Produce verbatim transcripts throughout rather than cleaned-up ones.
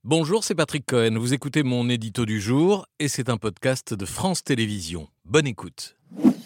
Bonjour, c'est Patrick Cohen. Vous écoutez mon édito du jour et c'est un podcast de France Télévisions. Bonne écoute.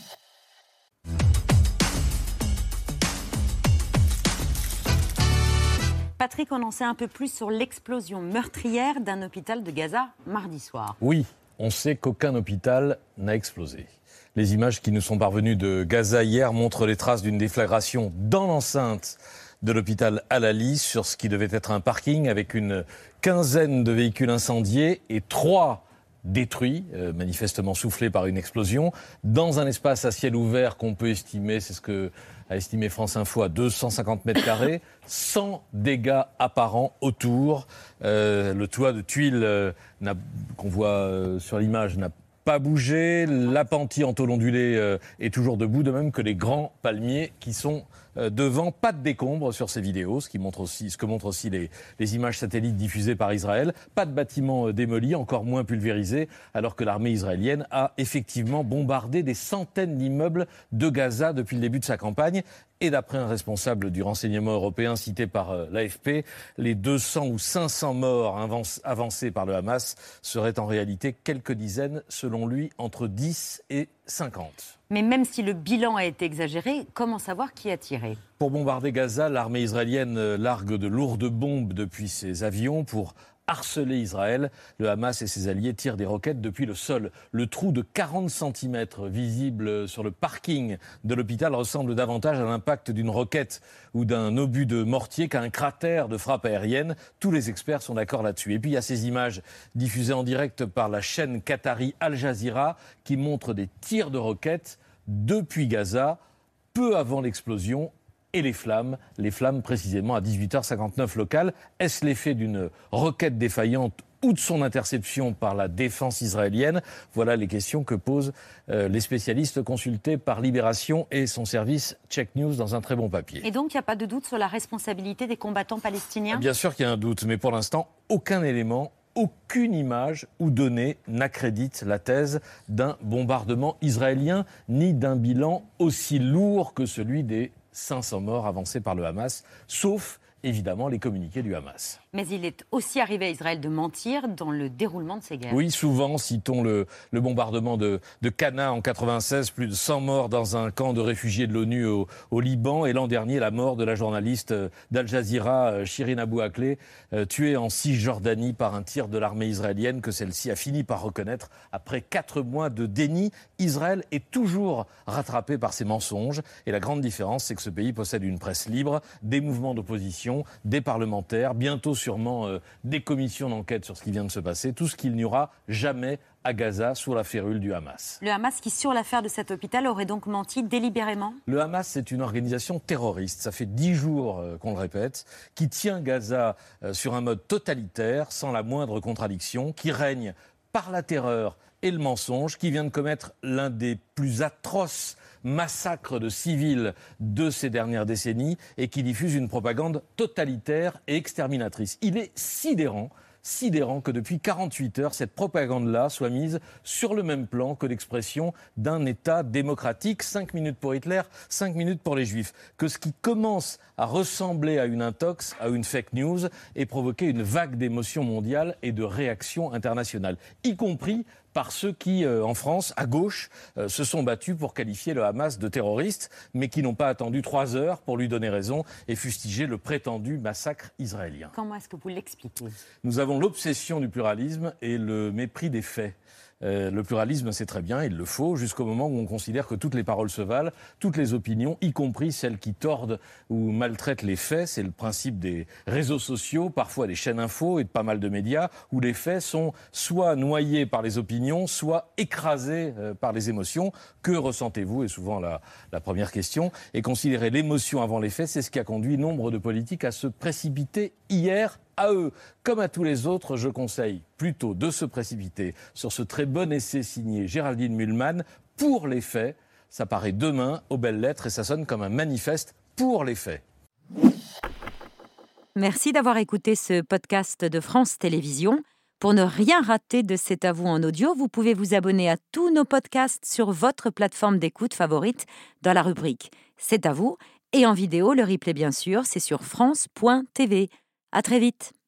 Patrick, on en sait un peu plus sur l'explosion meurtrière d'un hôpital de Gaza mardi soir. Oui, on sait qu'aucun hôpital n'a explosé. Les images qui nous sont parvenues de Gaza hier montrent les traces d'une déflagration dans l'enceinte de l'hôpital Al-Ali sur ce qui devait être un parking avec une quinzaine de véhicules incendiés et trois détruits, euh, manifestement soufflés par une explosion, dans un espace à ciel ouvert qu'on peut estimer, c'est ce que a estimé France Info, à deux cent cinquante mètres carrés, sans dégâts apparents autour. Euh, le toit de tuiles euh, n'a, qu'on voit euh, sur l'image n'a pas bougé, l'appentis en tôle ondulée euh, est toujours debout, de même que les grands palmiers qui sont euh, devant. Pas de décombres sur ces vidéos, ce, qui montre aussi, ce que montrent aussi les, les images satellites diffusées par Israël. Pas de bâtiments euh, démolis, encore moins pulvérisés, alors que l'armée israélienne a effectivement bombardé des centaines d'immeubles de Gaza depuis le début de sa campagne. Et d'après un responsable du renseignement européen cité par euh, l'A F P, les deux cents ou cinq cents morts avance, avancés par le Hamas seraient en réalité quelques dizaines, selon lui, entre dix et cinquante. Mais même si le bilan a été exagéré, comment savoir qui a tiré ? Pour bombarder Gaza, l'armée israélienne largue de lourdes bombes depuis ses avions pour harceler Israël. Le Hamas et ses alliés tirent des roquettes depuis le sol. Le trou de quarante centimètres visible sur le parking de l'hôpital ressemble davantage à l'impact d'une roquette ou d'un obus de mortier qu'à un cratère de frappe aérienne. Tous les experts sont d'accord là-dessus. Et puis il y a ces images diffusées en direct par la chaîne qatari Al Jazeera qui montrent des tirs de roquettes depuis Gaza, peu avant l'explosion. Et les flammes, les flammes précisément à dix-huit heures cinquante-neuf locales. Est-ce l'effet d'une roquette défaillante ou de son interception par la défense israélienne ? Voilà les questions que posent euh, les spécialistes consultés par Libération et son service Check News dans un très bon papier. Et donc il n'y a pas de doute sur la responsabilité des combattants palestiniens ? Bien sûr qu'il y a un doute, mais pour l'instant, aucun élément, aucune image ou donnée n'accrédite la thèse d'un bombardement israélien, ni d'un bilan aussi lourd que celui des cinq cents morts avancés par le Hamas, sauf évidemment les communiqués du Hamas. Mais il est aussi arrivé à Israël de mentir dans le déroulement de ces guerres. Oui, souvent, citons le, le bombardement de, de Cana en quatre-vingt-seize, plus de cent morts dans un camp de réfugiés de l'ONU au, au Liban, et l'an dernier, la mort de la journaliste d'Al Jazeera, Shirin Abu Akleh, euh, tuée en Cisjordanie par un tir de l'armée israélienne que celle-ci a fini par reconnaître après quatre mois de déni. Israël est toujours rattrapé par ses mensonges, et la grande différence, c'est que ce pays possède une presse libre, des mouvements d'opposition, des parlementaires, bientôt sûrement euh, des commissions d'enquête sur ce qui vient de se passer, tout ce qu'il n'y aura jamais à Gaza sous la férule du Hamas. Le Hamas qui, sur l'affaire de cet hôpital, aurait donc menti délibérément ? Le Hamas, c'est une organisation terroriste, ça fait dix jours euh, qu'on le répète, qui tient Gaza euh, sur un mode totalitaire, sans la moindre contradiction, qui règne par la terreur et le mensonge, qui vient de commettre l'un des plus atroces massacres de civils de ces dernières décennies et qui diffuse une propagande totalitaire et exterminatrice. Il est sidérant, sidérant que depuis quarante-huit heures, cette propagande-là soit mise sur le même plan que l'expression d'un État démocratique. Cinq minutes pour Hitler, cinq minutes pour les Juifs. Que ce qui commence à ressembler à une intox, à une fake news, ait provoqué une vague d'émotions mondiales et de réactions internationales, y compris par ceux qui, euh, en France, à gauche, euh, se sont battus pour qualifier le Hamas de terroriste, mais qui n'ont pas attendu trois heures pour lui donner raison et fustiger le prétendu massacre israélien. Comment est-ce que vous l'expliquez ? Nous avons l'obsession du pluralisme et le mépris des faits. Euh, le pluralisme, c'est très bien, il le faut, jusqu'au moment où on considère que toutes les paroles se valent, toutes les opinions, y compris celles qui tordent ou maltraitent les faits. C'est le principe des réseaux sociaux, parfois des chaînes info et de pas mal de médias, où les faits sont soit noyés par les opinions, soit écrasés euh, par les émotions. Que ressentez-vous ? est souvent la, la première question. Et considérer l'émotion avant les faits, c'est ce qui a conduit nombre de politiques à se précipiter hier. À eux, comme à tous les autres, je conseille plutôt de se précipiter sur ce très bon essai signé Géraldine Mühlmann pour les faits. Ça paraît demain aux belles lettres et ça sonne comme un manifeste pour les faits. Merci d'avoir écouté ce podcast de France Télévisions. Pour ne rien rater de C'est à vous en audio, vous pouvez vous abonner à tous nos podcasts sur votre plateforme d'écoute favorite dans la rubrique C'est à vous. Et en vidéo, le replay bien sûr, c'est sur France point T V. À très vite.